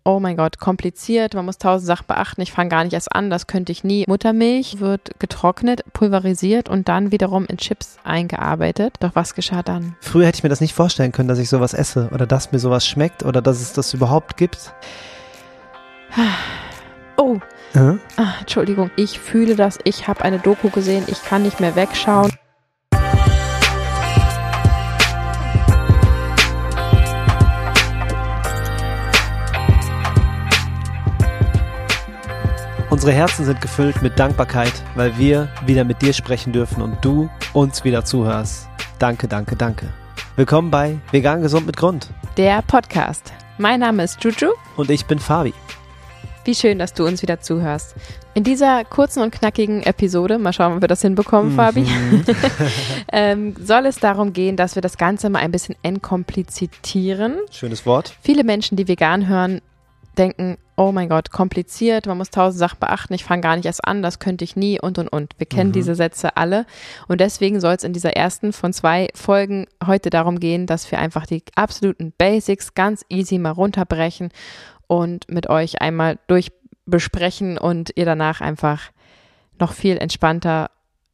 oh mein Gott, kompliziert, man muss 1000 Sachen beachten, ich fange gar nicht erst an, das könnte ich nie. Muttermilch wird getrocknet, pulverisiert und dann wiederum in Chips eingearbeitet. Doch was geschah dann? Früher hätte ich mir das nicht vorstellen können, dass ich sowas esse oder dass mir sowas schmeckt oder dass es das überhaupt gibt. Oh, Entschuldigung, ich fühle das, ich habe eine Doku gesehen, ich kann nicht mehr wegschauen. Unsere Herzen sind gefüllt mit Dankbarkeit, weil wir wieder mit dir sprechen dürfen und du uns wieder zuhörst. Danke, danke, danke. Willkommen bei Vegan Gesund mit Grund. Der Podcast. Mein Name ist Juju. Und ich bin Fabi. Wie schön, dass du uns wieder zuhörst. In dieser kurzen und knackigen Episode, mal schauen, ob wir das hinbekommen, Fabi, soll es darum gehen, dass wir das Ganze mal ein bisschen entkomplizieren. Schönes Wort. Viele Menschen, die vegan hören, denken, oh mein Gott, kompliziert, man muss 1000 Sachen beachten, ich fange gar nicht erst an, das könnte ich nie und. Wir kennen diese Sätze alle und deswegen soll es in dieser ersten von 2 Folgen heute darum gehen, dass wir einfach die absoluten Basics ganz easy mal runterbrechen und mit euch einmal durchbesprechen und ihr danach einfach noch viel entspannter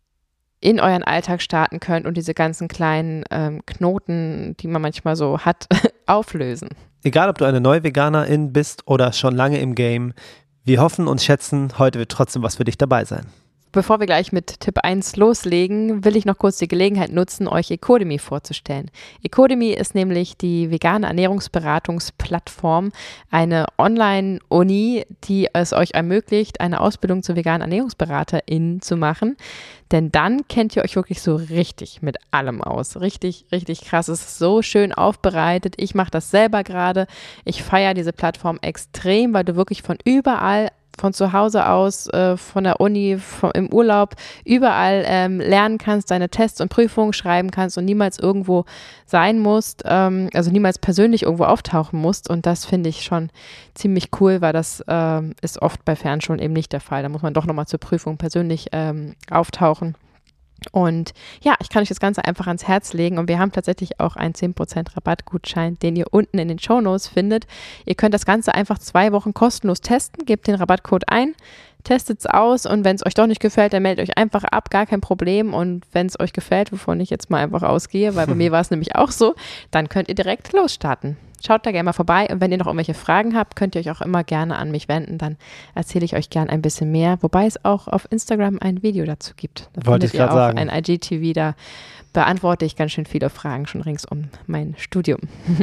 in euren Alltag starten könnt und diese ganzen kleinen Knoten, die man manchmal so hat, auflösen. Egal, ob du eine neue Veganerin bist oder schon lange im Game, wir hoffen und schätzen, heute wird trotzdem was für dich dabei sein. Bevor wir gleich mit Tipp 1 loslegen, will ich noch kurz die Gelegenheit nutzen, euch Ecodemy vorzustellen. Ecodemy ist nämlich die vegane Ernährungsberatungsplattform, eine Online-Uni, die es euch ermöglicht, eine Ausbildung zur veganen Ernährungsberaterin zu machen. Denn dann kennt ihr euch wirklich so richtig mit allem aus. Richtig, richtig krass. Es ist so schön aufbereitet. Ich mache das selber gerade. Ich feiere diese Plattform extrem, weil du wirklich von überall, von zu Hause aus, von der Uni, im Urlaub, überall lernen kannst, deine Tests und Prüfungen schreiben kannst und niemals irgendwo sein musst, also niemals persönlich irgendwo auftauchen musst. Und das finde ich schon ziemlich cool, weil das ist oft bei Fernschulen eben nicht der Fall. Da muss man doch nochmal zur Prüfung persönlich auftauchen. Und ja, ich kann euch das Ganze einfach ans Herz legen und wir haben tatsächlich auch einen 10% Rabattgutschein, den ihr unten in den Shownotes findet. Ihr könnt das Ganze einfach 2 Wochen kostenlos testen, gebt den Rabattcode ein, testet es aus und wenn es euch doch nicht gefällt, dann meldet euch einfach ab, gar kein Problem. Und wenn es euch gefällt, wovon ich jetzt mal einfach ausgehe, weil bei mir war es nämlich auch so, dann könnt ihr direkt losstarten. Schaut da gerne mal vorbei und wenn ihr noch irgendwelche Fragen habt, könnt ihr euch auch immer gerne an mich wenden, dann erzähle ich euch gern ein bisschen mehr, wobei es auch auf Instagram ein Video dazu gibt. Da wollte ich gerade sagen. Ein IGTV, da beantworte ich ganz schön viele Fragen schon rings um mein Studium.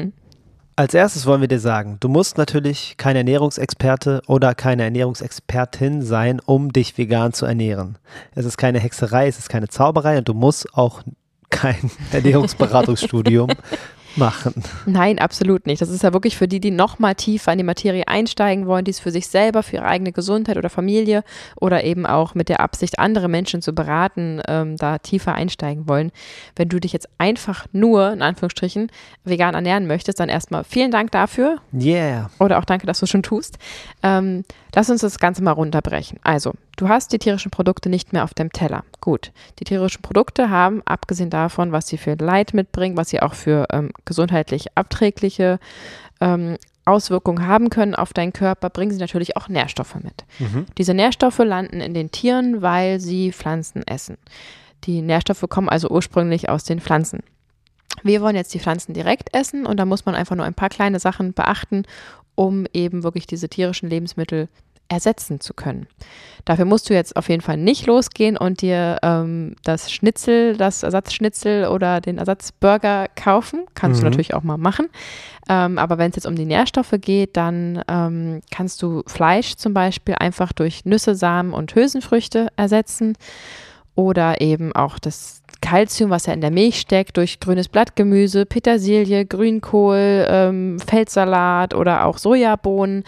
Als erstes wollen wir dir sagen, du musst natürlich kein Ernährungsexperte oder keine Ernährungsexpertin sein, um dich vegan zu ernähren. Es ist keine Hexerei, es ist keine Zauberei und du musst auch kein Ernährungsberatungsstudium machen. Nein, absolut nicht. Das ist ja wirklich für die, die noch mal tiefer in die Materie einsteigen wollen, die es für sich selber, für ihre eigene Gesundheit oder Familie oder eben auch mit der Absicht, andere Menschen zu beraten, da tiefer einsteigen wollen. Wenn du dich jetzt einfach nur, in Anführungsstrichen, vegan ernähren möchtest, dann erstmal vielen Dank dafür. Yeah. Oder auch danke, dass du es schon tust. Lass uns das Ganze mal runterbrechen. Also, du hast die tierischen Produkte nicht mehr auf dem Teller. Gut, die tierischen Produkte haben, abgesehen davon, was sie für Leid mitbringen, was sie auch für gesundheitlich abträgliche Auswirkungen haben können auf deinen Körper, bringen sie natürlich auch Nährstoffe mit. Diese Nährstoffe landen in den Tieren, weil sie Pflanzen essen. Die Nährstoffe kommen also ursprünglich aus den Pflanzen. Wir wollen jetzt die Pflanzen direkt essen und da muss man einfach nur ein paar kleine Sachen beachten, um eben wirklich diese tierischen Lebensmittel ersetzen zu können. Dafür musst du jetzt auf jeden Fall nicht losgehen und dir das Ersatzschnitzel oder den Ersatzburger kaufen. Kannst du natürlich auch mal machen. Aber wenn es jetzt um die Nährstoffe geht, dann kannst du Fleisch zum Beispiel einfach durch Nüsse, Samen und Hülsenfrüchte ersetzen oder eben auch das Kalzium, was ja in der Milch steckt, durch grünes Blattgemüse, Petersilie, Grünkohl, Feldsalat oder auch Sojabohnen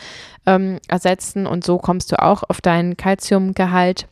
ersetzen und so kommst du auch auf deinen Kalziumgehalt.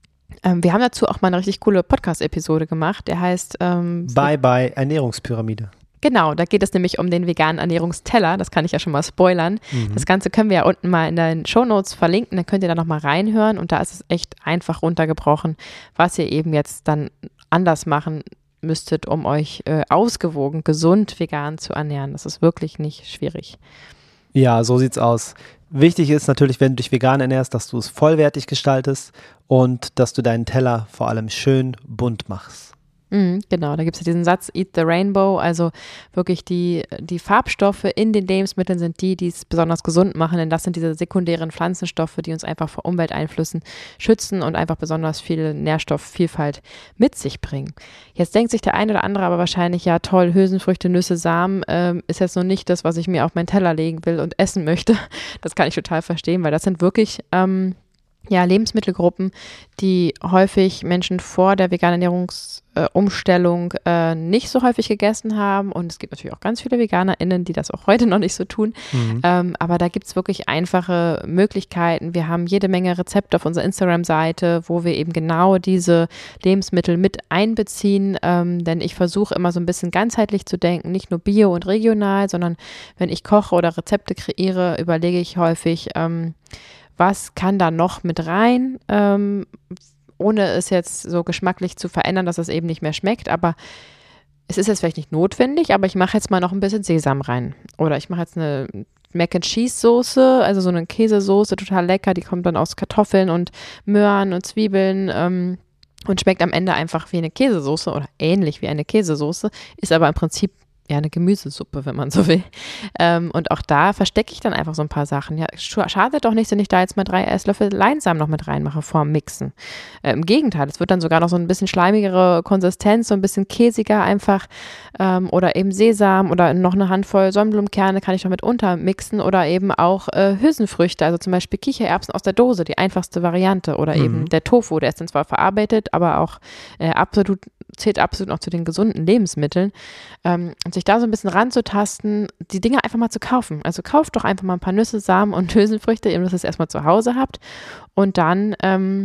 Wir haben dazu auch mal eine richtig coole Podcast-Episode gemacht, der heißt Bye Bye Ernährungspyramide. Genau, da geht es nämlich um den veganen Ernährungsteller, das kann ich ja schon mal spoilern. Das Ganze können wir ja unten mal in den Shownotes verlinken, dann könnt ihr da nochmal reinhören und da ist es echt einfach runtergebrochen, was ihr eben jetzt dann anders machen müsstet, um euch ausgewogen, gesund, vegan zu ernähren. Das ist wirklich nicht schwierig. Ja, so sieht's aus. wichtig ist natürlich, wenn du dich vegan ernährst, dass du es vollwertig gestaltest und dass du deinen Teller vor allem schön bunt machst. Genau, da gibt es ja diesen Satz, Eat the Rainbow, also wirklich die Farbstoffe in den Lebensmitteln sind die es besonders gesund machen, denn das sind diese sekundären Pflanzenstoffe, die uns einfach vor Umwelteinflüssen schützen und einfach besonders viel Nährstoffvielfalt mit sich bringen. Jetzt denkt sich der eine oder andere aber wahrscheinlich, ja toll, Hülsenfrüchte, Nüsse, Samen ist jetzt noch nicht das, was ich mir auf meinen Teller legen will und essen möchte. Das kann ich total verstehen, weil das sind wirklich Lebensmittelgruppen, die häufig Menschen vor der veganen Ernährungsumstellung nicht so häufig gegessen haben. Und es gibt natürlich auch ganz viele VeganerInnen, die das auch heute noch nicht so tun. Aber da gibt es wirklich einfache Möglichkeiten. Wir haben jede Menge Rezepte auf unserer Instagram-Seite, wo wir eben genau diese Lebensmittel mit einbeziehen. Denn ich versuche immer so ein bisschen ganzheitlich zu denken, nicht nur bio und regional, sondern wenn ich koche oder Rezepte kreiere, überlege ich häufig, was kann da noch mit rein, ohne es jetzt so geschmacklich zu verändern, dass es eben nicht mehr schmeckt. Aber es ist jetzt vielleicht nicht notwendig, aber ich mache jetzt mal noch ein bisschen Sesam rein. Oder ich mache jetzt eine Mac and Cheese Soße, also so eine Käsesoße, total lecker. Die kommt dann aus Kartoffeln und Möhren und Zwiebeln und schmeckt am Ende einfach wie eine Käsesoße oder ähnlich wie eine Käsesoße, ist aber im Prinzip ja eine Gemüsesuppe, wenn man so will. Und auch da verstecke ich dann einfach so ein paar Sachen. Ja, schadet doch nicht, wenn ich da jetzt mal 3 Esslöffel Leinsamen noch mit reinmache vorm Mixen. Im Gegenteil, es wird dann sogar noch so ein bisschen schleimigere Konsistenz, so ein bisschen käsiger einfach. Oder eben Sesam oder noch eine Handvoll Sonnenblumenkerne kann ich noch mit untermixen oder eben auch Hülsenfrüchte, also zum Beispiel Kichererbsen aus der Dose, die einfachste Variante. Oder eben der Tofu, der ist dann zwar verarbeitet, aber auch zählt absolut noch zu den gesunden Lebensmitteln. Und sich da so ein bisschen ranzutasten, die Dinge einfach mal zu kaufen. Also kauft doch einfach mal ein paar Nüsse, Samen und Hülsenfrüchte, eben dass ihr es erstmal zu Hause habt. Und dann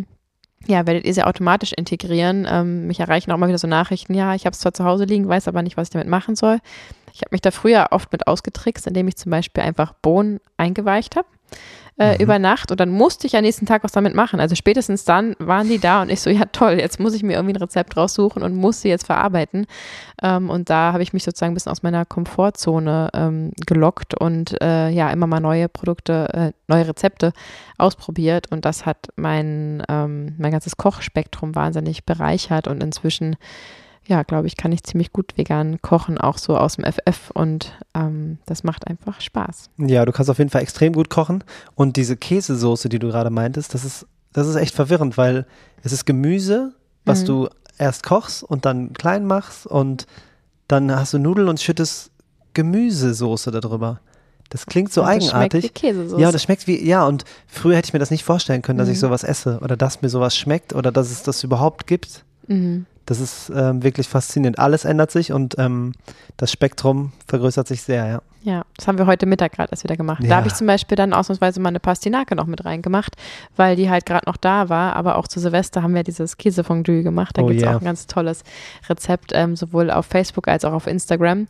werdet ihr sie automatisch integrieren. Mich erreichen auch mal wieder so Nachrichten, ja, ich habe es zwar zu Hause liegen, weiß aber nicht, was ich damit machen soll. Ich habe mich da früher oft mit ausgetrickst, indem ich zum Beispiel einfach Bohnen eingeweicht habe über Nacht und dann musste ich am nächsten Tag was damit machen. Also spätestens dann waren die da und ich so, ja toll, jetzt muss ich mir irgendwie ein Rezept raussuchen und muss sie jetzt verarbeiten. Und da habe ich mich sozusagen ein bisschen aus meiner Komfortzone gelockt und immer mal neue Produkte, neue Rezepte ausprobiert und das hat mein ganzes Kochspektrum wahnsinnig bereichert und inzwischen glaube ich, kann ich ziemlich gut vegan kochen, auch so aus dem FF und das macht einfach Spaß. Ja, du kannst auf jeden Fall extrem gut kochen und diese Käsesoße, die du gerade meintest, das ist echt verwirrend, weil es ist Gemüse, was du erst kochst und dann klein machst und dann hast du Nudeln und schüttest Gemüsesoße darüber. Das klingt so eigenartig. Das schmeckt wie Käsesoße. Ja, das schmeckt und früher hätte ich mir das nicht vorstellen können, dass ich sowas esse oder dass mir sowas schmeckt oder dass es das überhaupt gibt. Das ist wirklich faszinierend. Alles ändert sich und das Spektrum vergrößert sich sehr, ja. Ja, das haben wir heute Mittag gerade erst wieder gemacht. Ja. Da habe ich zum Beispiel dann ausnahmsweise mal eine Pastinake noch mit reingemacht, weil die halt gerade noch da war. Aber auch zu Silvester haben wir dieses Käsefondue gemacht. Da gibt es auch ein ganz tolles Rezept, sowohl auf Facebook als auch auf Instagram.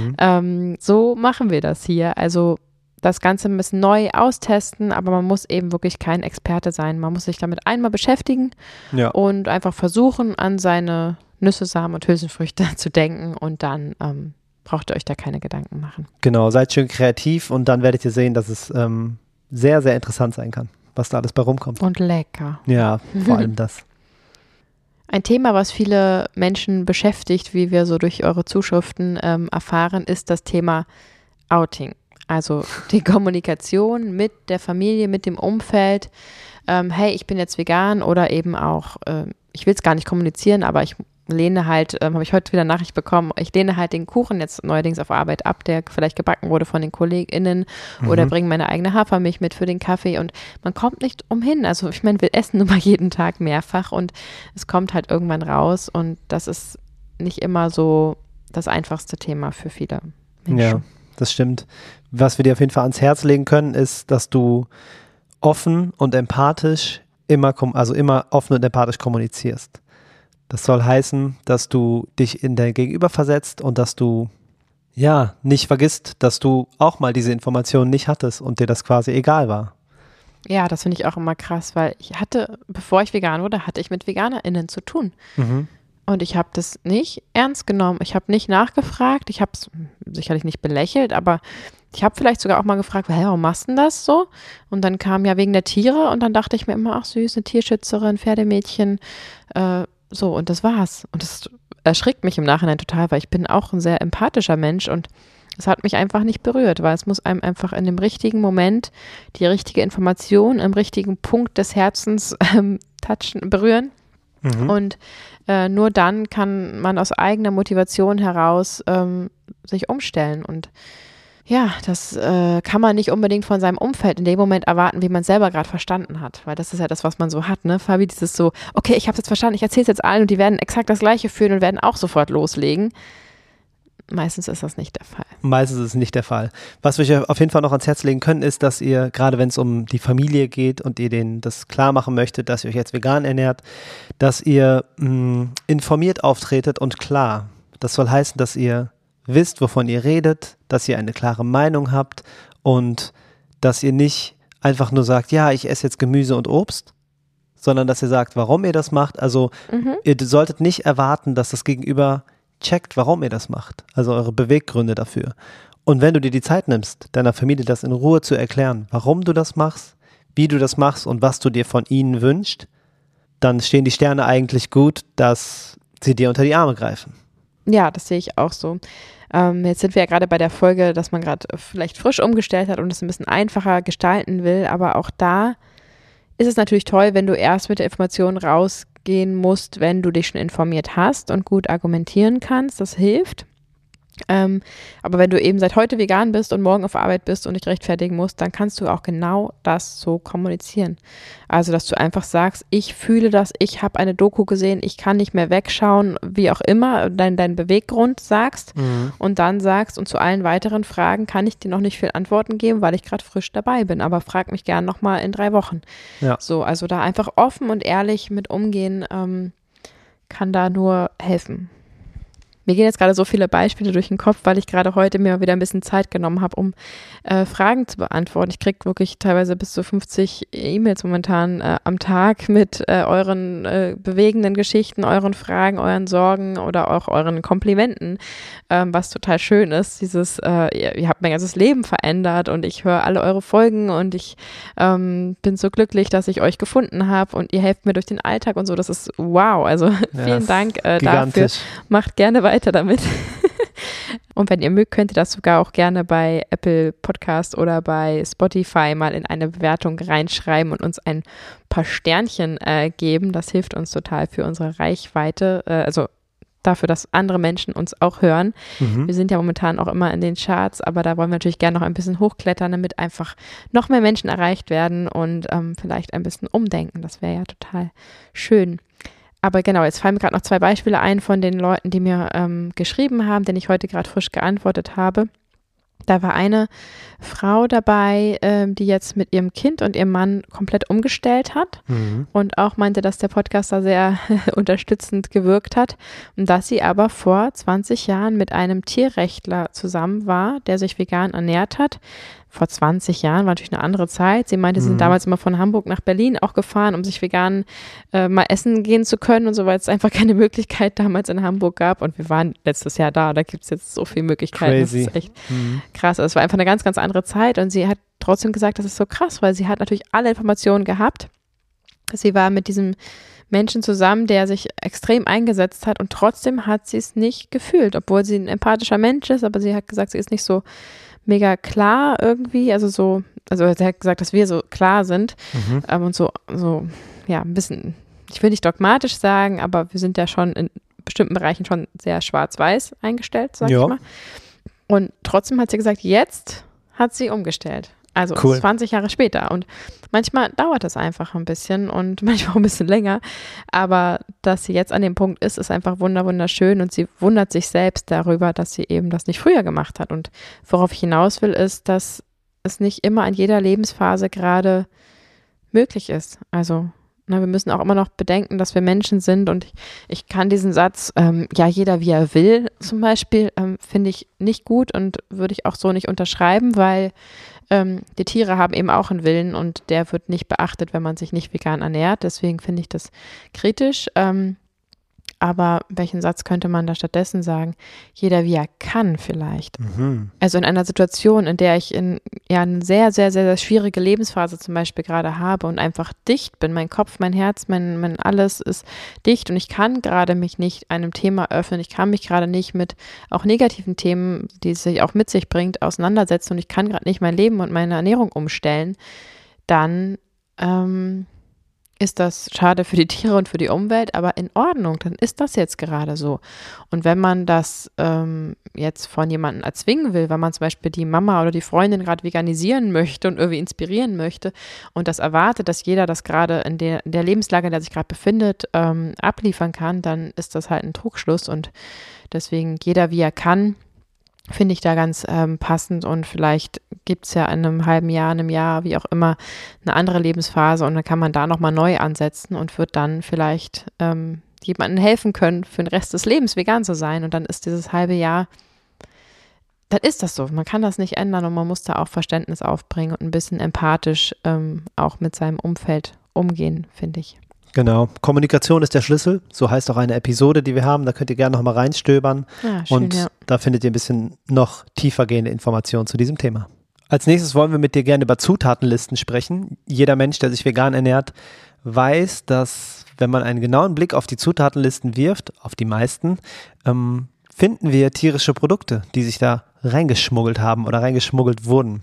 So machen wir das hier. Also das Ganze ein bisschen neu austesten, aber man muss eben wirklich kein Experte sein. Man muss sich damit einmal beschäftigen und einfach versuchen, an seine Nüsse, Samen und Hülsenfrüchte zu denken und dann braucht ihr euch da keine Gedanken machen. Genau, seid schön kreativ und dann werdet ihr sehen, dass es sehr, sehr interessant sein kann, was da alles bei rumkommt. Und lecker. Ja, vor allem das. Ein Thema, was viele Menschen beschäftigt, wie wir so durch eure Zuschriften erfahren, ist das Thema Outing. Also die Kommunikation mit der Familie, mit dem Umfeld. Hey, ich bin jetzt vegan oder eben auch, ich will es gar nicht kommunizieren, aber ich lehne halt, habe ich heute wieder eine Nachricht bekommen, ich lehne halt den Kuchen jetzt neuerdings auf Arbeit ab, der vielleicht gebacken wurde von den KollegInnen oder bringe meine eigene Hafermilch mit für den Kaffee und man kommt nicht umhin. Also ich meine, wir essen nun mal jeden Tag mehrfach und es kommt halt irgendwann raus und das ist nicht immer so das einfachste Thema für viele Menschen. Ja, das stimmt. Was wir dir auf jeden Fall ans Herz legen können, ist, dass du offen und empathisch immer offen und empathisch kommunizierst. Das soll heißen, dass du dich in dein Gegenüber versetzt und dass du nicht vergisst, dass du auch mal diese Informationen nicht hattest und dir das quasi egal war. Ja, das finde ich auch immer krass, weil bevor ich vegan wurde, hatte ich mit VeganerInnen zu tun. Und ich habe das nicht ernst genommen. Ich habe nicht nachgefragt. Ich habe es sicherlich nicht belächelt, aber Ich habe vielleicht sogar auch mal gefragt, hä, warum machst du denn das so? Und dann kam ja wegen der Tiere und dann dachte ich mir immer, ach süß, eine Tierschützerin, Pferdemädchen, so und das war's. Und das erschrickt mich im Nachhinein total, weil ich bin auch ein sehr empathischer Mensch und es hat mich einfach nicht berührt, weil es muss einem einfach in dem richtigen Moment die richtige Information im richtigen Punkt des Herzens berühren. Und nur dann kann man aus eigener Motivation heraus sich umstellen. Und ja, das kann man nicht unbedingt von seinem Umfeld in dem Moment erwarten, wie man es selber gerade verstanden hat. Weil das ist ja das, was man so hat, ne? Fabi, dieses so, okay, ich habe es jetzt verstanden, ich erzähle es jetzt allen und die werden exakt das Gleiche fühlen und werden auch sofort loslegen. Meistens ist das nicht der Fall. Meistens ist es nicht der Fall. Was wir euch auf jeden Fall noch ans Herz legen können, ist, dass ihr, gerade wenn es um die Familie geht und ihr denen das klar machen möchtet, dass ihr euch jetzt vegan ernährt, dass ihr informiert auftretet und klar. Das soll heißen, dass ihr wisst, wovon ihr redet, dass ihr eine klare Meinung habt und dass ihr nicht einfach nur sagt, ja, ich esse jetzt Gemüse und Obst, sondern dass ihr sagt, warum ihr das macht. Also ihr solltet nicht erwarten, dass das Gegenüber checkt, warum ihr das macht, also eure Beweggründe dafür. Und wenn du dir die Zeit nimmst, deiner Familie das in Ruhe zu erklären, warum du das machst, wie du das machst und was du dir von ihnen wünschst, dann stehen die Sterne eigentlich gut, dass sie dir unter die Arme greifen. Ja, das sehe ich auch so. Jetzt sind wir ja gerade bei der Folge, dass man gerade vielleicht frisch umgestellt hat und es ein bisschen einfacher gestalten will, aber auch da ist es natürlich toll, wenn du erst mit der Information rausgehen musst, wenn du dich schon informiert hast und gut argumentieren kannst. Das hilft. Aber wenn du eben seit heute vegan bist und morgen auf Arbeit bist und dich rechtfertigen musst, dann kannst du auch genau das so kommunizieren. Also, dass du einfach sagst, ich fühle das, ich habe eine Doku gesehen, ich kann nicht mehr wegschauen, wie auch immer, deinen Beweggrund sagst und dann sagst, und zu allen weiteren Fragen kann ich dir noch nicht viel Antworten geben, weil ich gerade frisch dabei bin, aber frag mich gern nochmal in 3 Wochen. Ja. So, also da einfach offen und ehrlich mit umgehen, kann da nur helfen. Mir gehen jetzt gerade so viele Beispiele durch den Kopf, weil ich gerade heute mir wieder ein bisschen Zeit genommen habe, um Fragen zu beantworten. Ich kriege wirklich teilweise bis zu 50 E-Mails momentan am Tag mit euren bewegenden Geschichten, euren Fragen, euren Sorgen oder auch euren Komplimenten, was total schön ist. Dieses, ihr habt mein ganzes Leben verändert und ich höre alle eure Folgen und ich bin so glücklich, dass ich euch gefunden habe und ihr helft mir durch den Alltag und so. Das ist wow. Also vielen Dank dafür. Macht gerne weiter damit. Und wenn ihr mögt, könnt ihr das sogar auch gerne bei Apple Podcast oder bei Spotify mal in eine Bewertung reinschreiben und uns ein paar Sternchen geben. Das hilft uns total für unsere Reichweite, also dafür, dass andere Menschen uns auch hören. Wir sind ja momentan auch immer in den Charts, aber da wollen wir natürlich gerne noch ein bisschen hochklettern, damit einfach noch mehr Menschen erreicht werden und vielleicht ein bisschen umdenken. Das wäre ja total schön. Aber genau, jetzt fallen mir gerade noch 2 Beispiele ein von den Leuten, die mir geschrieben haben, denen ich heute gerade frisch geantwortet habe. Da war eine Frau dabei, die jetzt mit ihrem Kind und ihrem Mann komplett umgestellt hat und auch meinte, dass der Podcast da sehr unterstützend gewirkt hat und dass sie aber vor 20 Jahren mit einem Tierrechtler zusammen war, der sich vegan ernährt hat. Vor 20 Jahren war natürlich eine andere Zeit. Sie meinte, sie sind damals immer von Hamburg nach Berlin auch gefahren, um sich vegan mal essen gehen zu können und so, weil es einfach keine Möglichkeit damals in Hamburg gab. Und wir waren letztes Jahr da gibt es jetzt so viele Möglichkeiten. Crazy. Das ist echt krass. Also es war einfach eine ganz, ganz andere Zeit und sie hat trotzdem gesagt, das ist so krass, weil sie hat natürlich alle Informationen gehabt. Sie war mit diesem Menschen zusammen, der sich extrem eingesetzt hat und trotzdem hat sie es nicht gefühlt, obwohl sie ein empathischer Mensch ist, aber sie hat gesagt, sie ist nicht so mega klar irgendwie, also sie hat gesagt, dass wir so klar sind und so, ja, ein bisschen, ich will nicht dogmatisch sagen, aber wir sind ja schon in bestimmten Bereichen schon sehr schwarz-weiß eingestellt, sag ich mal. Und trotzdem hat sie gesagt, jetzt hat sie umgestellt. Also cool. 20 Jahre später. Und manchmal dauert es einfach ein bisschen und manchmal auch ein bisschen länger. Aber dass sie jetzt an dem Punkt ist einfach wunderschön und sie wundert sich selbst darüber, dass sie eben das nicht früher gemacht hat. Und worauf ich hinaus will, ist, dass es nicht immer in jeder Lebensphase gerade möglich ist. Also wir müssen auch immer noch bedenken, dass wir Menschen sind und ich kann diesen Satz, ja, jeder wie er will zum Beispiel, finde ich nicht gut und würde ich auch so nicht unterschreiben, weil die Tiere haben eben auch einen Willen und der wird nicht beachtet, wenn man sich nicht vegan ernährt. Deswegen finde ich das kritisch. aber welchen Satz könnte man da stattdessen sagen? Jeder wie er kann vielleicht. Also in einer Situation, in der ich eine sehr, sehr, sehr, sehr schwierige Lebensphase zum Beispiel gerade habe und einfach dicht bin, mein Kopf, mein Herz, mein alles ist dicht und ich kann gerade mich nicht einem Thema öffnen, ich kann mich gerade nicht mit auch negativen Themen, die es sich auch mit sich bringt, auseinandersetzen und ich kann gerade nicht mein Leben und meine Ernährung umstellen, dann ist das schade für die Tiere und für die Umwelt, aber in Ordnung, dann ist das jetzt gerade so. Und wenn man das jetzt von jemandem erzwingen will, weil man zum Beispiel die Mama oder die Freundin gerade veganisieren möchte und irgendwie inspirieren möchte und das erwartet, dass jeder das gerade in der Lebenslage, in der sich gerade befindet, abliefern kann, dann ist das halt ein Trugschluss und deswegen jeder wie er kann, finde ich da ganz passend und vielleicht gibt es ja in einem halben Jahr, einem Jahr, wie auch immer, eine andere Lebensphase und dann kann man da nochmal neu ansetzen und wird dann vielleicht jemandem helfen können, für den Rest des Lebens vegan zu sein und dann ist dieses halbe Jahr, dann ist das so. Man kann das nicht ändern und man muss da auch Verständnis aufbringen und ein bisschen empathisch auch mit seinem Umfeld umgehen, finde ich. Genau, Kommunikation ist der Schlüssel, so heißt auch eine Episode, die wir haben, da könnt ihr gerne nochmal reinstöbern und da findet ihr ein bisschen noch tiefergehende Informationen zu diesem Thema. Als nächstes wollen wir mit dir gerne über Zutatenlisten sprechen. Jeder Mensch, der sich vegan ernährt, weiß, dass wenn man einen genauen Blick auf die Zutatenlisten wirft, auf die meisten, finden wir tierische Produkte, die sich da reingeschmuggelt haben oder reingeschmuggelt wurden.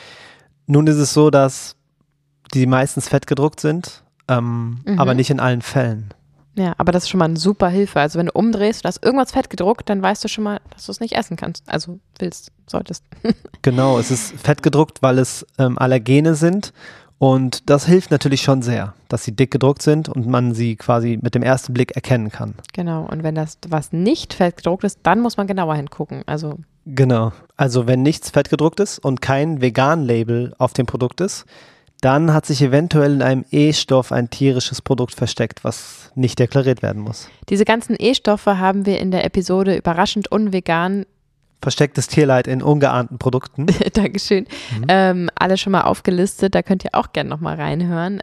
Nun ist es so, dass die meistens fettgedruckt sind, aber nicht in allen Fällen. Ja, aber das ist schon mal eine super Hilfe. Also wenn du umdrehst, da ist irgendwas fett gedruckt, dann weißt du schon mal, dass du es nicht essen kannst. Also solltest. Genau, es ist fett gedruckt, weil es Allergene sind und das hilft natürlich schon sehr, dass sie dick gedruckt sind und man sie quasi mit dem ersten Blick erkennen kann. Genau, und wenn das was nicht fett gedruckt ist, dann muss man genauer hingucken. Genau, also wenn nichts fett gedruckt ist und kein Vegan-Label auf dem Produkt ist, dann hat sich eventuell in einem E-Stoff ein tierisches Produkt versteckt, was nicht deklariert werden muss. Diese ganzen E-Stoffe haben wir in der Episode Überraschend unvegan. Verstecktes Tierleid in ungeahnten Produkten. Dankeschön. Alle schon mal aufgelistet, da könnt ihr auch gerne nochmal reinhören.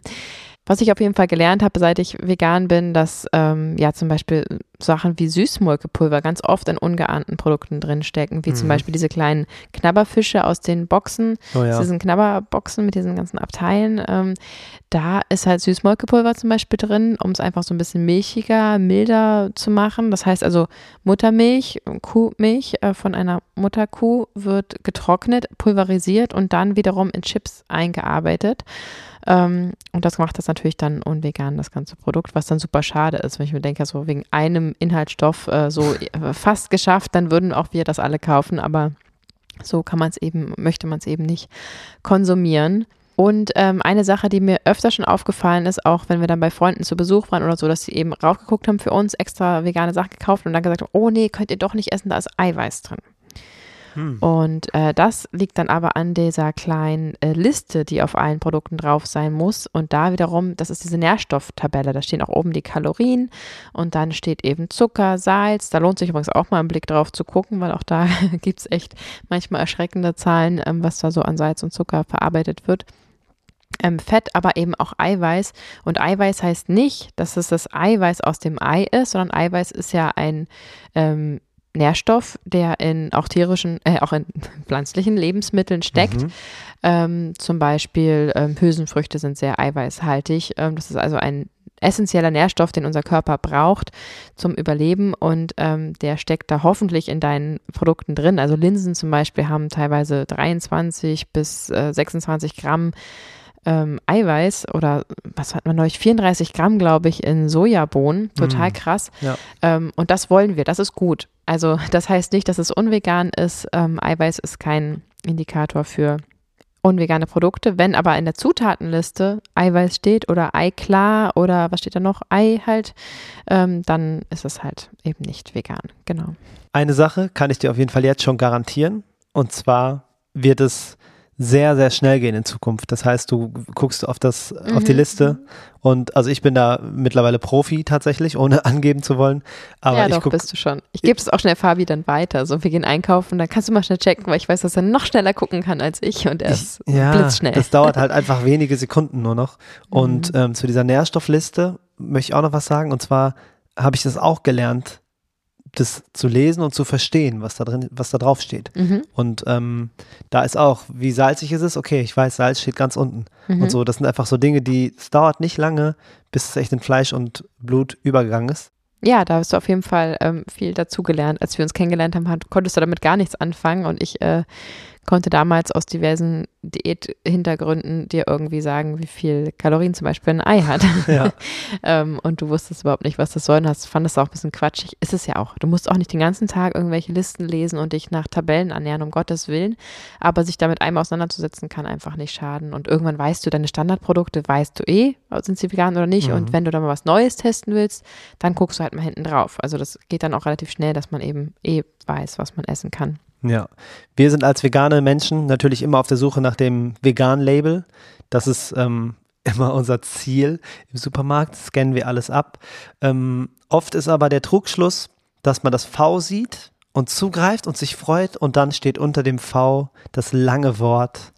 Was ich auf jeden Fall gelernt habe, seit ich vegan bin, dass zum Beispiel Sachen wie Süßmolkepulver ganz oft in ungeahnten Produkten drinstecken, wie zum Beispiel diese kleinen Knabberfische aus den Boxen, diesen Knabberboxen mit diesen ganzen Abteilen. Da ist halt Süßmolkepulver zum Beispiel drin, um es einfach so ein bisschen milchiger, milder zu machen. Das heißt also Muttermilch, Kuhmilch von einer Mutterkuh wird getrocknet, pulverisiert und dann wiederum in Chips eingearbeitet. Und das macht das natürlich dann unvegan, das ganze Produkt, was dann super schade ist, wenn ich mir denke, so wegen einem Inhaltsstoff so fast geschafft, dann würden auch wir das alle kaufen, aber so möchte man es eben nicht konsumieren. Und eine Sache, die mir öfter schon aufgefallen ist, auch wenn wir dann bei Freunden zu Besuch waren oder so, dass sie eben raufgeguckt haben für uns, extra vegane Sachen gekauft und dann gesagt haben, oh nee, könnt ihr doch nicht essen, da ist Eiweiß drin. Und das liegt dann aber an dieser kleinen Liste, die auf allen Produkten drauf sein muss. Und da wiederum, das ist diese Nährstofftabelle, da stehen auch oben die Kalorien und dann steht eben Zucker, Salz. Da lohnt sich übrigens auch mal einen Blick drauf zu gucken, weil auch da gibt es echt manchmal erschreckende Zahlen, was da so an Salz und Zucker verarbeitet wird. Fett, aber eben auch Eiweiß. Und Eiweiß heißt nicht, dass es das Eiweiß aus dem Ei ist, sondern Eiweiß ist ja ein Nährstoff, der in auch in pflanzlichen Lebensmitteln steckt. Zum Beispiel Hülsenfrüchte sind sehr eiweißhaltig. Das ist also ein essentieller Nährstoff, den unser Körper braucht zum Überleben und der steckt da hoffentlich in deinen Produkten drin. Also Linsen zum Beispiel haben teilweise 23 bis 26 Gramm Eiweiß oder was hat man neulich, 34 Gramm, glaube ich, in Sojabohnen. Total krass. Ja. Und das wollen wir, das ist gut. Also das heißt nicht, dass es unvegan ist. Eiweiß ist kein Indikator für unvegane Produkte. Wenn aber in der Zutatenliste Eiweiß steht oder Eiklar oder was steht da noch, Ei halt, dann ist es halt eben nicht vegan. Genau. Eine Sache kann ich dir auf jeden Fall jetzt schon garantieren und zwar wird es sehr, sehr schnell gehen in Zukunft. Das heißt, du guckst auf die Liste und also ich bin da mittlerweile Profi tatsächlich, ohne angeben zu wollen. Aber ja, doch, bist du schon. Ich gebe es auch schnell Fabi dann weiter. So, wir gehen einkaufen, dann kannst du mal schnell checken, weil ich weiß, dass er noch schneller gucken kann als ich und er ist blitzschnell. Das dauert halt einfach wenige Sekunden nur noch. Und zu dieser Nährstoffliste möchte ich auch noch was sagen und zwar habe ich das auch gelernt, das zu lesen und zu verstehen, was da drauf steht. Und da ist auch, wie salzig ist es? Okay, ich weiß, Salz steht ganz unten. Und so, das sind einfach so Dinge, es dauert nicht lange, bis es echt in Fleisch und Blut übergegangen ist. Ja, da hast du auf jeden Fall viel dazugelernt. Als wir uns kennengelernt haben, konntest du damit gar nichts anfangen und ich konnte damals aus diversen Diät-Hintergründen dir irgendwie sagen, wie viel Kalorien zum Beispiel ein Ei hat. Ja. Und du wusstest überhaupt nicht, was das soll und fandest es auch ein bisschen quatschig. Ist es ja auch. Du musst auch nicht den ganzen Tag irgendwelche Listen lesen und dich nach Tabellen ernähren, um Gottes Willen. Aber sich damit einmal auseinanderzusetzen, kann einfach nicht schaden. Und irgendwann weißt du, deine Standardprodukte weißt du sind sie vegan oder nicht. Und wenn du da mal was Neues testen willst, dann guckst du halt mal hinten drauf. Also das geht dann auch relativ schnell, dass man eben weiß, was man essen kann. Ja, wir sind als vegane Menschen natürlich immer auf der Suche nach dem Vegan-Label. Das ist immer unser Ziel im Supermarkt, scannen wir alles ab. Oft ist aber der Trugschluss, dass man das V sieht und zugreift und sich freut und dann steht unter dem V das lange Wort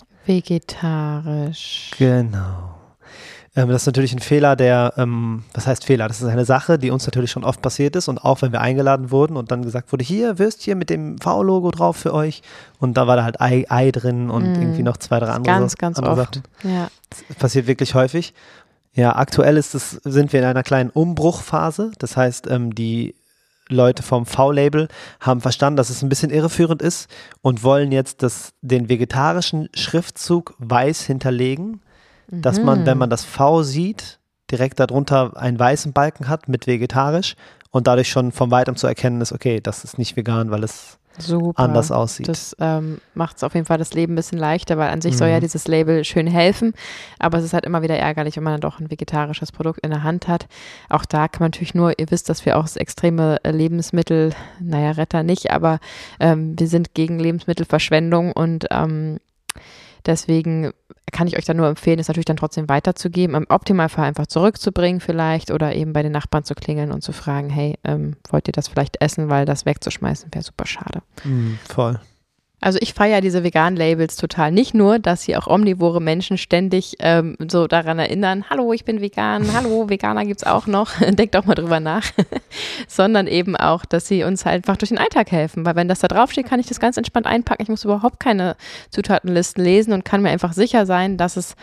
vegetarisch. Genau. Das ist natürlich ein Fehler, was heißt Fehler? Das ist eine Sache, die uns natürlich schon oft passiert ist und auch wenn wir eingeladen wurden und dann gesagt wurde, hier, Würstchen mit dem V-Logo drauf für euch und da war da halt Ei drin und irgendwie noch 2, 3 andere ganz andere oft. Sachen. Ja. Das passiert wirklich häufig. Ja, aktuell sind wir in einer kleinen Umbruchphase, das heißt, die Leute vom V-Label haben verstanden, dass es ein bisschen irreführend ist und wollen jetzt den vegetarischen Schriftzug weiß hinterlegen, dass man, wenn man das V sieht, direkt darunter einen weißen Balken hat mit vegetarisch und dadurch schon von weitem zu erkennen ist, okay, das ist nicht vegan, weil es anders aussieht. Das macht es auf jeden Fall das Leben ein bisschen leichter, weil an sich soll ja dieses Label schön helfen, aber es ist halt immer wieder ärgerlich, wenn man dann doch ein vegetarisches Produkt in der Hand hat. Auch da kann man natürlich nur, ihr wisst, dass wir auch das extreme Lebensmittel, Retter nicht, aber wir sind gegen Lebensmittelverschwendung und deswegen kann ich euch dann nur empfehlen, es natürlich dann trotzdem weiterzugeben, im Optimalfall einfach zurückzubringen vielleicht oder eben bei den Nachbarn zu klingeln und zu fragen, hey, wollt ihr das vielleicht essen, weil das wegzuschmeißen wäre super schade. Voll. Also ich feiere diese veganen Labels total. Nicht nur, dass sie auch omnivore Menschen ständig so daran erinnern, hallo, ich bin vegan, hallo, Veganer gibt's auch noch, denkt auch mal drüber nach, sondern eben auch, dass sie uns halt einfach durch den Alltag helfen, weil wenn das da draufsteht, kann ich das ganz entspannt einpacken. Ich muss überhaupt keine Zutatenlisten lesen und kann mir einfach sicher sein, dass es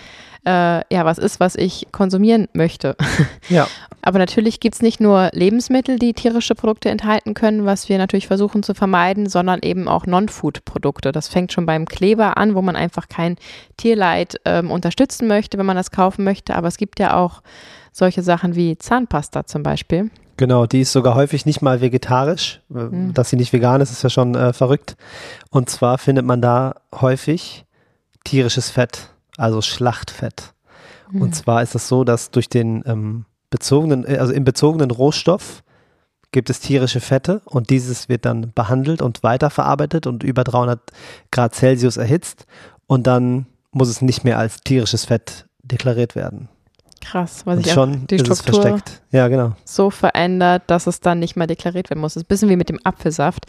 was ist, was ich konsumieren möchte. Ja. Aber natürlich gibt es nicht nur Lebensmittel, die tierische Produkte enthalten können, was wir natürlich versuchen zu vermeiden, sondern eben auch Non-Food-Produkte. Das fängt schon beim Kleber an, wo man einfach kein Tierleid unterstützen möchte, wenn man das kaufen möchte. Aber es gibt ja auch solche Sachen wie Zahnpasta zum Beispiel. Genau, die ist sogar häufig nicht mal vegetarisch. Dass sie nicht vegan ist, ist ja schon verrückt. Und zwar findet man da häufig tierisches Fett, also Schlachtfett. Und zwar ist es so, dass durch den im bezogenen Rohstoff gibt es tierische Fette und dieses wird dann behandelt und weiterverarbeitet und über 300 Grad Celsius erhitzt und dann muss es nicht mehr als tierisches Fett deklariert werden. Krass, weil und sich schon die ist Struktur es versteckt. Ja, genau. so verändert, dass es dann nicht mehr deklariert werden muss. Das ist ein bisschen wie mit dem Apfelsaft,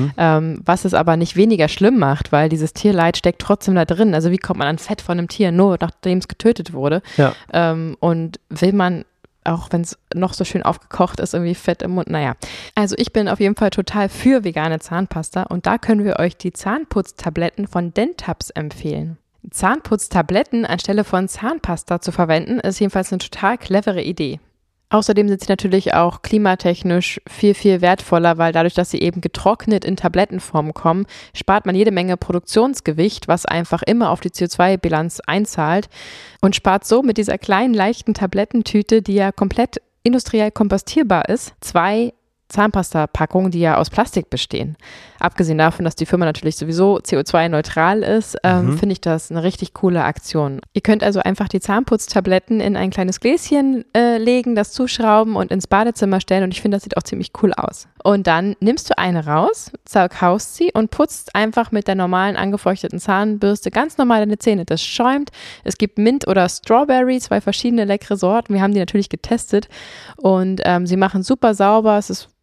was es aber nicht weniger schlimm macht, weil dieses Tierleid steckt trotzdem da drin. Also wie kommt man an Fett von einem Tier, nur nachdem es getötet wurde? Ja. Und will man, auch wenn es noch so schön aufgekocht ist, irgendwie Fett im Mund, naja. Also ich bin auf jeden Fall total für vegane Zahnpasta und da können wir euch die Zahnputztabletten von Dentabs empfehlen. Zahnputztabletten anstelle von Zahnpasta zu verwenden, ist jedenfalls eine total clevere Idee. Außerdem sind sie natürlich auch klimatechnisch viel, viel wertvoller, weil dadurch, dass sie eben getrocknet in Tablettenform kommen, spart man jede Menge Produktionsgewicht, was einfach immer auf die CO2-Bilanz einzahlt und spart so mit dieser kleinen, leichten Tablettentüte, die ja komplett industriell kompostierbar ist, 2 Zahnpasta-Packungen, die ja aus Plastik bestehen. Abgesehen davon, dass die Firma natürlich sowieso CO2-neutral ist, finde ich das eine richtig coole Aktion. Ihr könnt also einfach die Zahnputztabletten in ein kleines Gläschen legen, das zuschrauben und ins Badezimmer stellen und ich finde, das sieht auch ziemlich cool aus. Und dann nimmst du eine raus, zerkaust sie und putzt einfach mit der normalen angefeuchteten Zahnbürste ganz normal deine Zähne. Das schäumt. Es gibt Mint oder Strawberry, 2 verschiedene leckere Sorten. Wir haben die natürlich getestet und sie machen super sauber. Es ist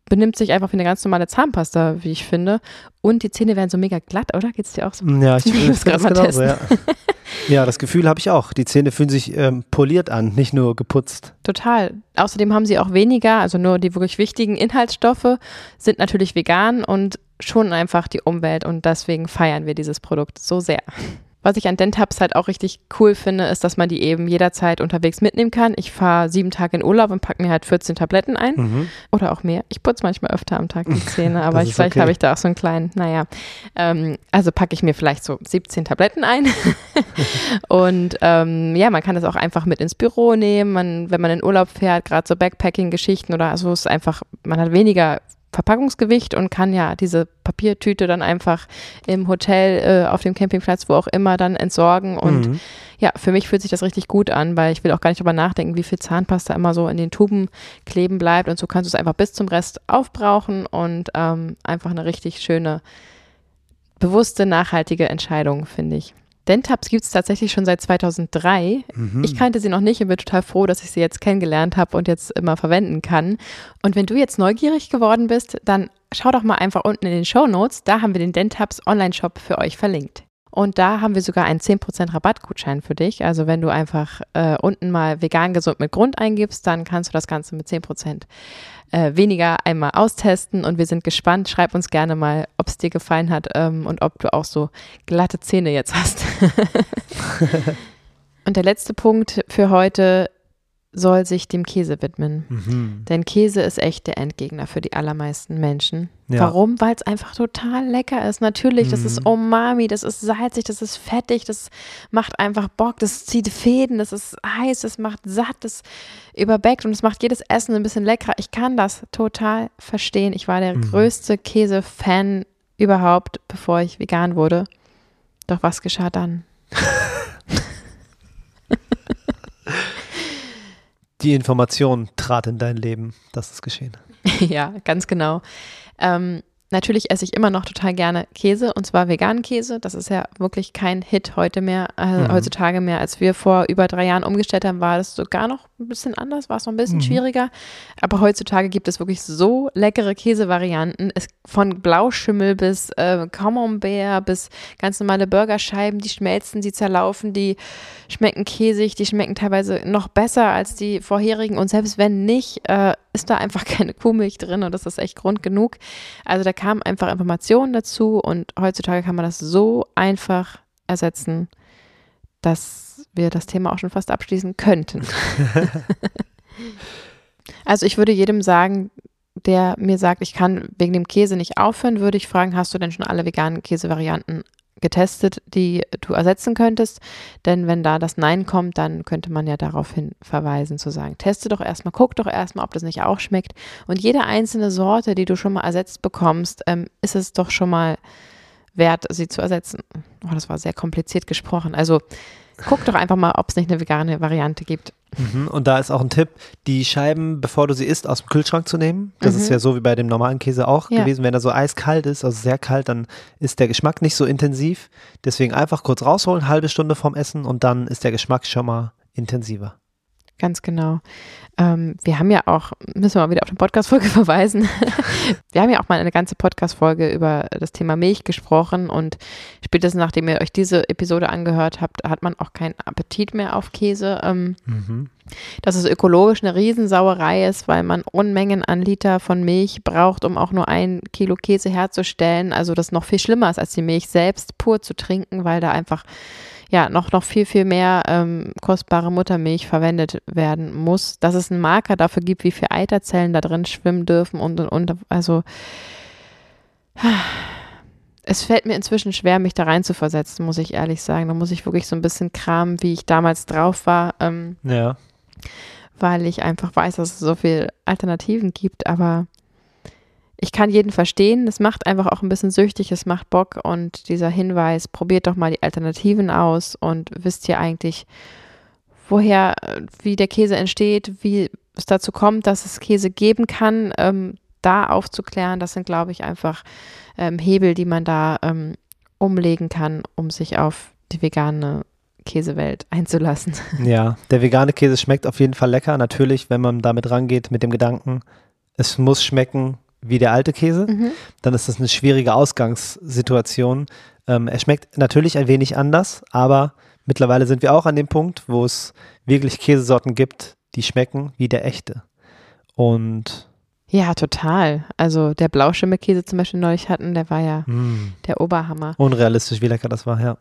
benimmt sich einfach wie eine ganz normale Zahnpasta, wie ich finde. Und die Zähne werden so mega glatt, oder? Geht's dir auch so? Ja, ich will es gerade mal testen. Ja. Ja, das Gefühl habe ich auch. Die Zähne fühlen sich poliert an, nicht nur geputzt. Total. Außerdem haben sie auch weniger, also nur die wirklich wichtigen Inhaltsstoffe sind natürlich vegan und schonen einfach die Umwelt und deswegen feiern wir dieses Produkt so sehr. Was ich an Dentabs halt auch richtig cool finde, ist, dass man die eben jederzeit unterwegs mitnehmen kann. Ich fahre 7 Tage in Urlaub und packe mir halt 14 Tabletten ein oder auch mehr. Ich putze manchmal öfter am Tag die Zähne, aber vielleicht habe ich da auch so einen kleinen, also packe ich mir vielleicht so 17 Tabletten ein und man kann das auch einfach mit ins Büro nehmen. Wenn man in Urlaub fährt, gerade so Backpacking-Geschichten oder so, ist einfach, man hat weniger Verpackungsgewicht und kann ja diese Papiertüte dann einfach im Hotel, auf dem Campingplatz, wo auch immer, dann entsorgen und ja, für mich fühlt sich das richtig gut an, weil ich will auch gar nicht drüber nachdenken, wie viel Zahnpasta immer so in den Tuben kleben bleibt und so kannst du es einfach bis zum Rest aufbrauchen und einfach eine richtig schöne, bewusste, nachhaltige Entscheidung, finde ich. Dentabs gibt es tatsächlich schon seit 2003. Ich kannte sie noch nicht und bin total froh, dass ich sie jetzt kennengelernt habe und jetzt immer verwenden kann. Und wenn du jetzt neugierig geworden bist, dann schau doch mal einfach unten in den Shownotes. Da haben wir den Dentabs Online-Shop für euch verlinkt. Und da haben wir sogar einen 10% Rabattgutschein für dich. Also wenn du einfach unten mal vegan gesund mit Grund eingibst, dann kannst du das Ganze mit 10% weniger einmal austesten und wir sind gespannt. Schreib uns gerne mal, ob es dir gefallen hat und ob du auch so glatte Zähne jetzt hast. Und der letzte Punkt für heute soll sich dem Käse widmen. Denn Käse ist echt der Endgegner für die allermeisten Menschen. Ja. Warum? Weil es einfach total lecker ist. Natürlich, das ist Umami, das ist salzig, das ist fettig, das macht einfach Bock, das zieht Fäden, das ist heiß, das macht satt, das überbäckt und es macht jedes Essen ein bisschen leckerer. Ich kann das total verstehen. Ich war der größte Käse-Fan überhaupt, bevor ich vegan wurde. Doch was geschah dann? Die Information trat in dein Leben, das ist geschehen. Ja, ganz genau. Natürlich esse ich immer noch total gerne Käse und zwar veganen Käse. Das ist ja wirklich kein Hit heute mehr, heutzutage mehr. Als wir vor über 3 Jahren umgestellt haben, war das sogar noch ein bisschen anders, war es noch ein bisschen schwieriger. Aber heutzutage gibt es wirklich so leckere Käsevarianten. Von Blauschimmel bis Camembert bis ganz normale Burgerscheiben, die schmelzen, die zerlaufen, die schmecken käsig, die schmecken teilweise noch besser als die vorherigen. Und selbst wenn nicht, ist da einfach keine Kuhmilch drin und das ist echt Grund genug. Also da kamen einfach Informationen dazu und heutzutage kann man das so einfach ersetzen, dass wir das Thema auch schon fast abschließen könnten. Also ich würde jedem sagen, der mir sagt, ich kann wegen dem Käse nicht aufhören, würde ich fragen, hast du denn schon alle veganen Käsevarianten getestet, die du ersetzen könntest? Denn wenn da das Nein kommt, dann könnte man ja daraufhin verweisen, zu sagen, teste doch erstmal, guck doch erstmal, ob das nicht auch schmeckt. Und jede einzelne Sorte, die du schon mal ersetzt bekommst, ist es doch schon mal wert, sie zu ersetzen. Oh, das war sehr kompliziert gesprochen. Also guck doch einfach mal, ob es nicht eine vegane Variante gibt. Und da ist auch ein Tipp, die Scheiben, bevor du sie isst, aus dem Kühlschrank zu nehmen. Das ist ja so wie bei dem normalen Käse auch gewesen. Wenn er so eiskalt ist, also sehr kalt, dann ist der Geschmack nicht so intensiv. Deswegen einfach kurz rausholen, halbe Stunde vorm Essen und dann ist der Geschmack schon mal intensiver. Ganz genau. Wir haben ja auch, müssen wir mal wieder auf eine Podcast-Folge verweisen, wir haben ja auch mal eine ganze Podcast-Folge über das Thema Milch gesprochen und spätestens nachdem ihr euch diese Episode angehört habt, hat man auch keinen Appetit mehr auf Käse. Dass es ökologisch eine Riesensauerei ist, weil man Unmengen an Liter von Milch braucht, um auch nur 1 Kilo Käse herzustellen. Also das noch viel schlimmer ist, als die Milch selbst pur zu trinken, weil da einfach noch viel, viel mehr kostbare Muttermilch verwendet werden muss. Dass es einen Marker dafür gibt, wie viele Eiterzellen da drin schwimmen dürfen und. Also es fällt mir inzwischen schwer, mich da rein zu versetzen, muss ich ehrlich sagen. Da muss ich wirklich so ein bisschen kramen, wie ich damals drauf war. Weil ich einfach weiß, dass es so viele Alternativen gibt, aber ich kann jeden verstehen, es macht einfach auch ein bisschen süchtig, es macht Bock und dieser Hinweis, probiert doch mal die Alternativen aus und wisst ihr eigentlich, wie der Käse entsteht, wie es dazu kommt, dass es Käse geben kann, da aufzuklären, das sind, glaube ich, einfach Hebel, die man da umlegen kann, um sich auf die vegane Käsewelt einzulassen. Ja, der vegane Käse schmeckt auf jeden Fall lecker, natürlich, wenn man damit rangeht mit dem Gedanken, es muss schmecken, wie der alte Käse, dann ist das eine schwierige Ausgangssituation. Er schmeckt natürlich ein wenig anders, aber mittlerweile sind wir auch an dem Punkt, wo es wirklich Käsesorten gibt, die schmecken wie der echte. Und ja, total. Also der Blauschimmelkäse zum Beispiel neulich hatten, der war ja der Oberhammer. unrealistisch, wie lecker das war, ja.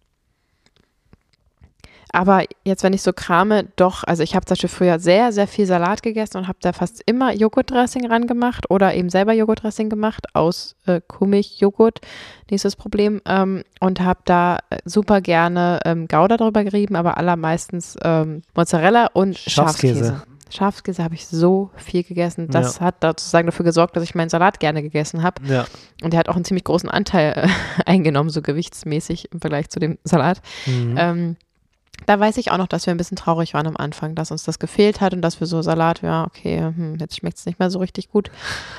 Aber jetzt, wenn ich so krame, doch, also ich habe zum Beispiel früher sehr, sehr viel Salat gegessen und habe da fast immer Joghurtdressing ran gemacht oder eben selber Joghurtdressing gemacht aus Kuhmilchjoghurt, nächstes Problem, und habe da super gerne Gouda drüber gerieben, aber allermeistens Mozzarella und Schafskäse. Schafskäse habe ich so viel gegessen. Das hat sozusagen dafür gesorgt, dass ich meinen Salat gerne gegessen habe. Ja. Und der hat auch einen ziemlich großen Anteil eingenommen, so gewichtsmäßig im Vergleich zu dem Salat. Da weiß ich auch noch, dass wir ein bisschen traurig waren am Anfang, dass uns das gefehlt hat und dass wir so Salat, ja, okay, jetzt schmeckt es nicht mehr so richtig gut.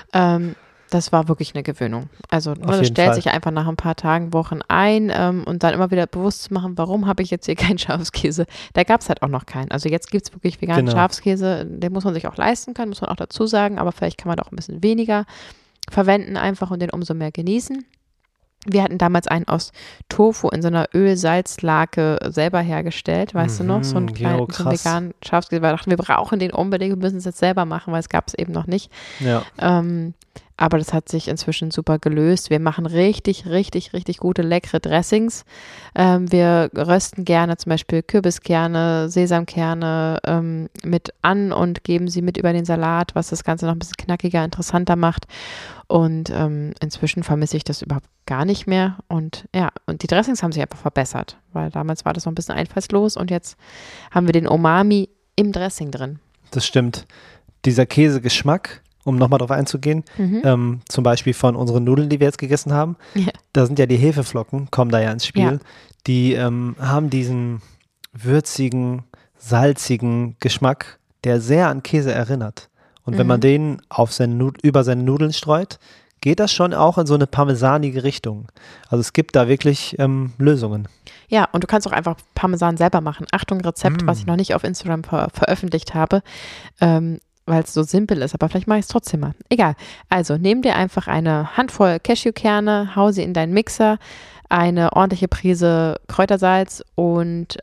Das war wirklich eine Gewöhnung. Also das stellt sich einfach nach ein paar Tagen, Wochen ein und dann immer wieder bewusst zu machen, warum habe ich jetzt hier keinen Schafskäse? Da gab es halt auch noch keinen. Also jetzt gibt es wirklich veganen Schafskäse, den muss man sich auch leisten können, muss man auch dazu sagen, aber vielleicht kann man da auch ein bisschen weniger verwenden einfach und den umso mehr genießen. Wir hatten damals einen aus Tofu in so einer Öl-Salz-Lake selber hergestellt, weißt du noch? So einen kleinen, so einen veganen Schafskäse. Wir dachten, wir brauchen den unbedingt, wir müssen es jetzt selber machen, weil es gab es eben noch nicht. Ja. Aber das hat sich inzwischen super gelöst. Wir machen richtig, richtig, richtig gute, leckere Dressings. Wir rösten gerne zum Beispiel Kürbiskerne, Sesamkerne mit an und geben sie mit über den Salat, was das Ganze noch ein bisschen knackiger, interessanter macht. Und inzwischen vermisse ich das überhaupt gar nicht mehr. Und ja, und die Dressings haben sich einfach verbessert, weil damals war das noch ein bisschen einfallslos und jetzt haben wir den Umami im Dressing drin. Das stimmt. Dieser Käsegeschmack, um nochmal drauf einzugehen, zum Beispiel von unseren Nudeln, die wir jetzt gegessen haben, da sind ja die Hefeflocken, kommen da ja ins Spiel. Ja. Die haben diesen würzigen, salzigen Geschmack, der sehr an Käse erinnert. Und wenn man den über seine Nudeln streut, geht das schon auch in so eine parmesanige Richtung. Also es gibt da wirklich Lösungen. Ja, und du kannst auch einfach Parmesan selber machen. Achtung, Rezept, was ich noch nicht auf Instagram veröffentlicht habe, weil es so simpel ist, aber vielleicht mache ich es trotzdem mal. Egal. Also nimm dir einfach eine Handvoll Cashewkerne, hau sie in deinen Mixer, eine ordentliche Prise Kräutersalz und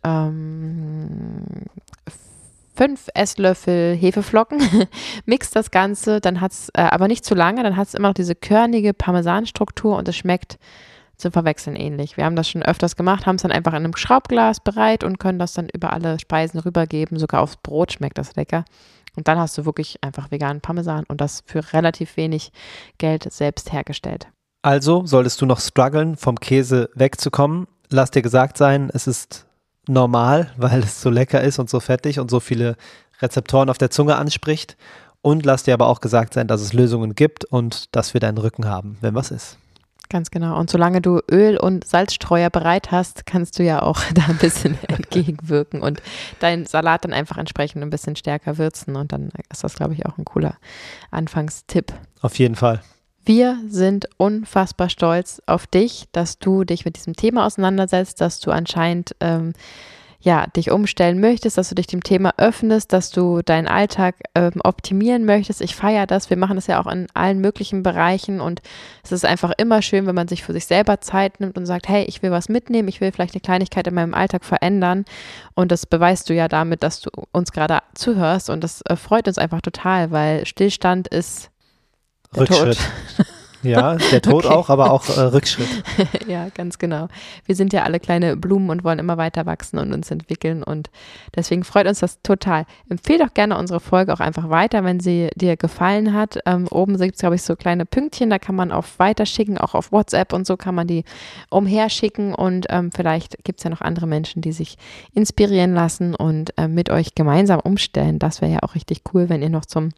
5 Esslöffel Hefeflocken, mix das Ganze, dann hat es, aber nicht zu lange, dann hat es immer noch diese körnige Parmesanstruktur und es schmeckt zum Verwechseln ähnlich. Wir haben das schon öfters gemacht, haben es dann einfach in einem Schraubglas bereit und können das dann über alle Speisen rübergeben, sogar aufs Brot schmeckt das lecker. Und dann hast du wirklich einfach veganen Parmesan und das für relativ wenig Geld selbst hergestellt. Also solltest du noch strugglen, vom Käse wegzukommen. Lass dir gesagt sein, es ist normal, weil es so lecker ist und so fettig und so viele Rezeptoren auf der Zunge anspricht. Und lass dir aber auch gesagt sein, dass es Lösungen gibt und dass wir deinen Rücken haben, wenn was ist. Ganz genau. Und solange du Öl und Salzstreuer bereit hast, kannst du ja auch da ein bisschen entgegenwirken und deinen Salat dann einfach entsprechend ein bisschen stärker würzen. Und dann ist das, glaube ich, auch ein cooler Anfangstipp. Auf jeden Fall. Wir sind unfassbar stolz auf dich, dass du dich mit diesem Thema auseinandersetzt, dass du anscheinend dich umstellen möchtest, dass du dich dem Thema öffnest, dass du deinen Alltag optimieren möchtest. Ich feiere das. Wir machen das ja auch in allen möglichen Bereichen und es ist einfach immer schön, wenn man sich für sich selber Zeit nimmt und sagt, hey, ich will was mitnehmen, ich will vielleicht eine Kleinigkeit in meinem Alltag verändern und das beweist du ja damit, dass du uns gerade zuhörst und das freut uns einfach total, weil Stillstand ist der Rückschritt. Tod. Ja, der Tod okay. Auch, aber auch Rückschritt. Ja, ganz genau. Wir sind ja alle kleine Blumen und wollen immer weiter wachsen und uns entwickeln und deswegen freut uns das total. Empfehle doch gerne unsere Folge auch einfach weiter, wenn sie dir gefallen hat. Oben gibt es, glaube ich, so kleine Pünktchen, da kann man auf Weiterschicken, auch auf WhatsApp und so kann man die umherschicken und vielleicht gibt es ja noch andere Menschen, die sich inspirieren lassen und mit euch gemeinsam umstellen. Das wäre ja auch richtig cool, wenn ihr noch zum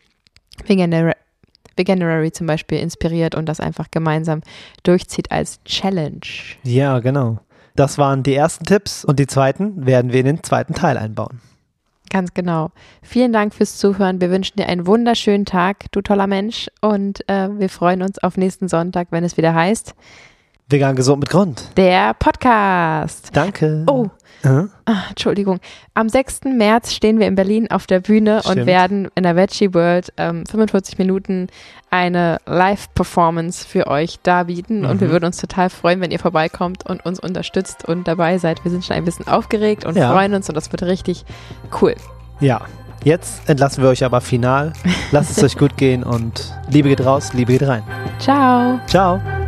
Veganuary zum Beispiel inspiriert und das einfach gemeinsam durchzieht als Challenge. Ja, genau. Das waren die ersten Tipps und die zweiten werden wir in den zweiten Teil einbauen. Ganz genau. Vielen Dank fürs Zuhören. Wir wünschen dir einen wunderschönen Tag, du toller Mensch und wir freuen uns auf nächsten Sonntag, wenn es wieder heißt Vegan gesund mit Grund. Der Podcast. Danke. Oh, Entschuldigung. Am 6. März stehen wir in Berlin auf der Bühne und werden in der Veggie World 45 Minuten eine Live-Performance für euch darbieten. Und wir würden uns total freuen, wenn ihr vorbeikommt und uns unterstützt und dabei seid. Wir sind schon ein bisschen aufgeregt und freuen uns und das wird richtig cool. Ja, jetzt entlassen wir euch aber final. Lasst es euch gut gehen und Liebe geht raus, Liebe geht rein. Ciao. Ciao.